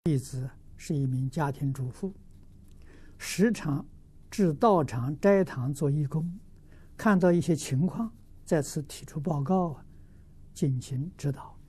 弟子是一名家庭主妇，时常至道场斋堂做义工，看到一些情况，在此提出报告敬请指导。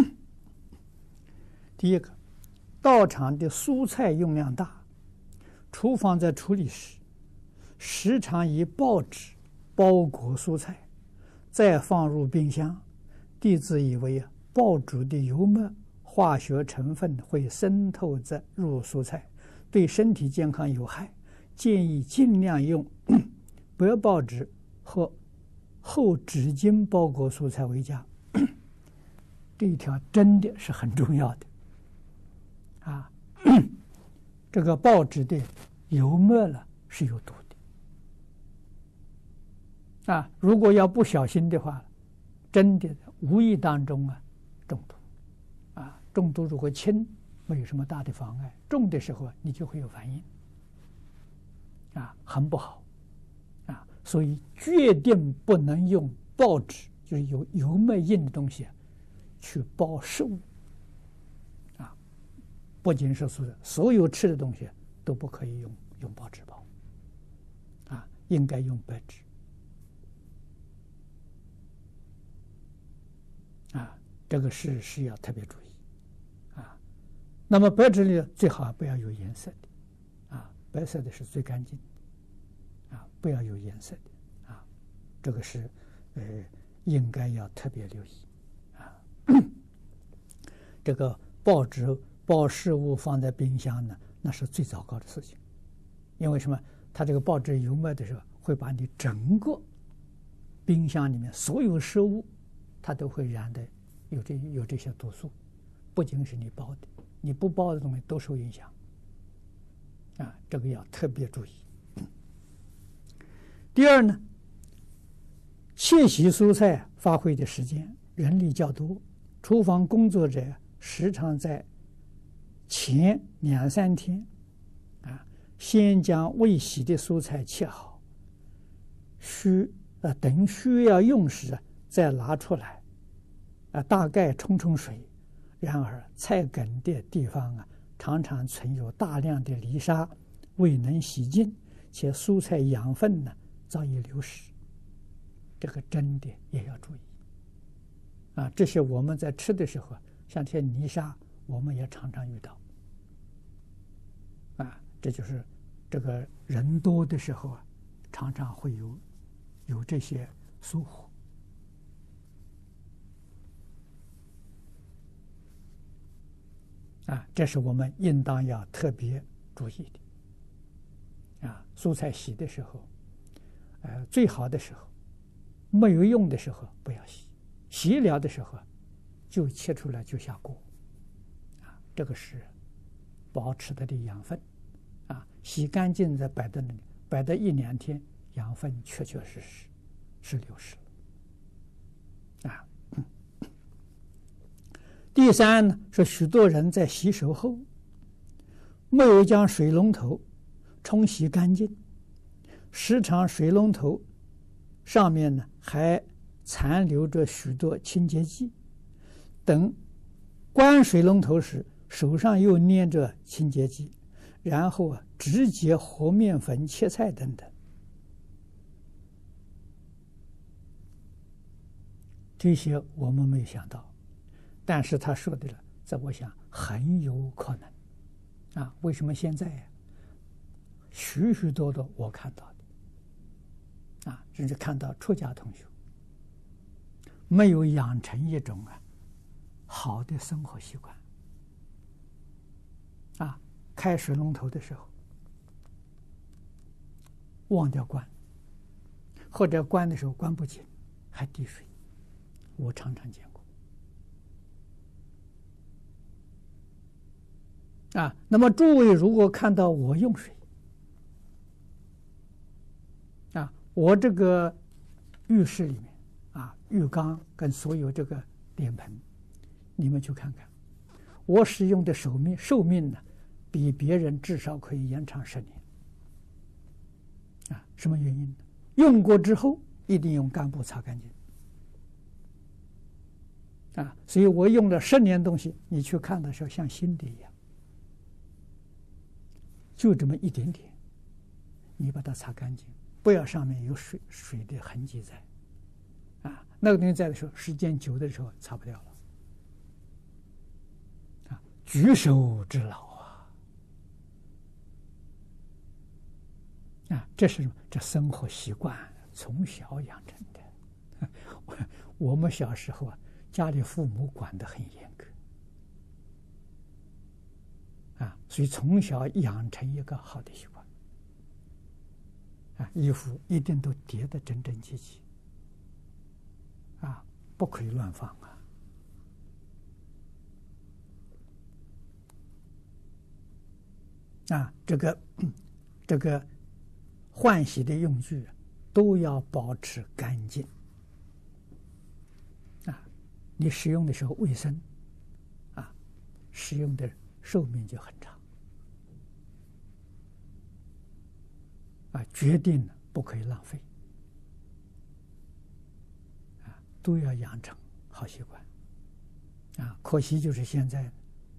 第一个，道场的蔬菜用量大，厨房在处理时，时常以报纸包裹蔬菜，再放入冰箱。弟子以为爆煮的油墨化学成分会渗透入蔬菜，对身体健康有害，建议尽量用白报纸和厚纸巾包裹蔬菜为佳。这一条真的是很重要的啊！这个报纸的油墨是有毒的啊！如果要不小心的话，真的无意当中中毒啊！中毒如果轻，没有什么大的妨碍；重的时候你就会有反应啊，很不好啊！所以决定不能用报纸，就是有油墨印的东西去包食物啊！不仅是所有吃的东西都不可以用报纸包啊，应该用白纸啊，这个是要特别注意啊。那么白纸里最好不要有颜色的啊，白色的是最干净的啊，不要有颜色的啊，这个是应该要特别留意啊。这个报纸包食物放在冰箱呢，那是最糟糕的事情，因为什么？它这个报纸油墨的时候，会把你整个冰箱里面所有食物，它都会染的有这些毒素，不仅是你包的，你不包的东西都受影响啊，这个要特别注意。第二呢，切洗蔬菜发挥的时间人力较多，厨房工作者时常在前2-3天先将未洗的蔬菜切好，等需要用时再拿出来大概冲水。然而菜梗的地方常常存有大量的泥沙，未能洗净，且蔬菜养分早已流失，这个真的也要注意啊！这些我们在吃的时候，像这些泥沙我们也常常遇到啊，这就是这个人多的时候常常会有这些疏忽啊，这是我们应当要特别注意的啊。蔬菜洗的时候，最好的时候没有用的时候不要洗，洗了的时候就切出来就下锅啊，这个是保持它的养分啊。洗干净再摆在那里，摆到1-2天，养分确实是流失了啊。第三呢，是许多人在洗手后没有将水龙头冲洗干净，时常水龙头上面呢还残留着许多清洁剂，等关水龙头时手上又粘着清洁剂，然后直接和面粉切菜等等，这些我们没有想到，但是他说的了，在我想很有可能啊。为什么现在许许多多我看到的啊，甚至看到出家同学没有养成一种好的生活习惯啊，开水龙头的时候忘掉关，或者关的时候关不紧还滴水，我常常见过啊。那么诸位如果看到我用水啊，我这个浴室里面浴缸跟所有这个脸盆，你们去看看，我使用的寿命呢，比别人至少可以延长10年啊。什么原因呢？用过之后一定用干布擦干净啊。所以我用了10年东西，你去看的时候像新的一样就这么一点点，你把它擦干净，不要上面有水的痕迹在。啊，那个东西在的时候，时间久的时候擦不掉了。啊，举手之劳啊！啊，这是什么？这生活习惯从小养成的。我们小时候啊，家里父母管得很严格。啊，所以从小养成一个好的习惯。啊，衣服一定都叠得整整齐齐。啊，不可以乱放啊！啊，这个换洗的用具都要保持干净。啊，你使用的时候卫生，啊，使用的寿命就很长。啊，决定了不可以浪费。都要养成好习惯。啊，可惜就是现在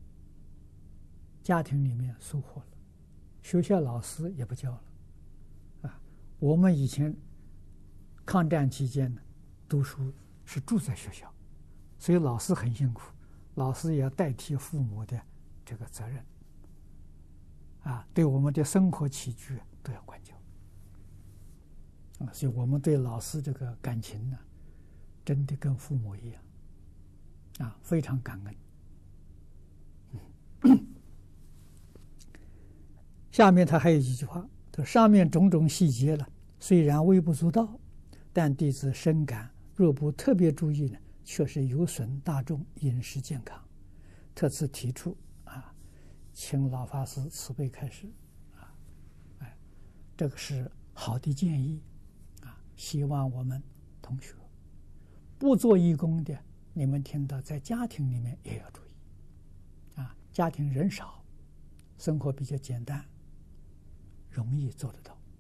家庭里面疏忽了，学校老师也不教了。啊，我们以前抗战期间呢，读书是住在学校，所以老师很辛苦，老师也要代替父母的这个责任。啊，对我们的生活起居都要管教。啊，所以我们对老师这个感情呢，真的跟父母一样。啊，非常感恩。下面他还有几句话，他上面种种细节了，虽然微不足道，但弟子深感，若不特别注意呢，确实有损大众饮食健康。特此提出啊，请老法师慈悲开示。啊，哎，这个是好的建议啊，希望我们同学不做义工的。你们听到，在家庭里面也要注意，啊，家庭人少，生活比较简单，容易做得到，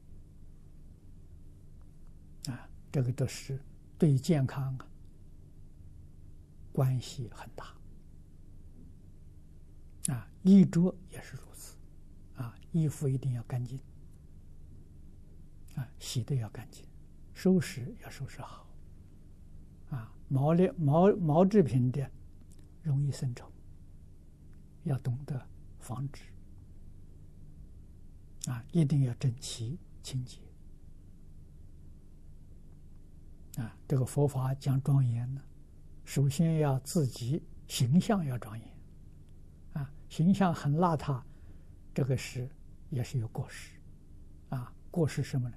啊，这个都是对健康啊关系很大，啊，衣着也是如此，啊，衣服一定要干净，啊，洗的要干净，收拾要收拾好。啊，毛制品的容易生虫，要懂得防止。啊，一定要整齐清洁。啊，这个佛法讲庄严呢，首先要自己形象要庄严。啊，形象很邋遢，这个也是有过失。啊，过失什么呢？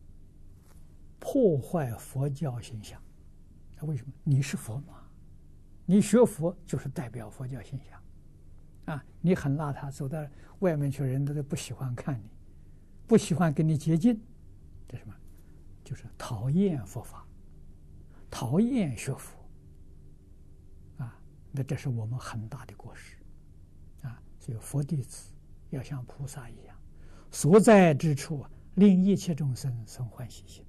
破坏佛教形象。为什么？你是佛嘛？你学佛就是代表佛教形象，啊！你很邋遢，走到外面去，人都不喜欢看你，不喜欢跟你接近，这是什么？就是讨厌佛法，讨厌学佛，啊！那这是我们很大的过失，啊！所以佛弟子要像菩萨一样，所在之处令一切众生生欢喜心。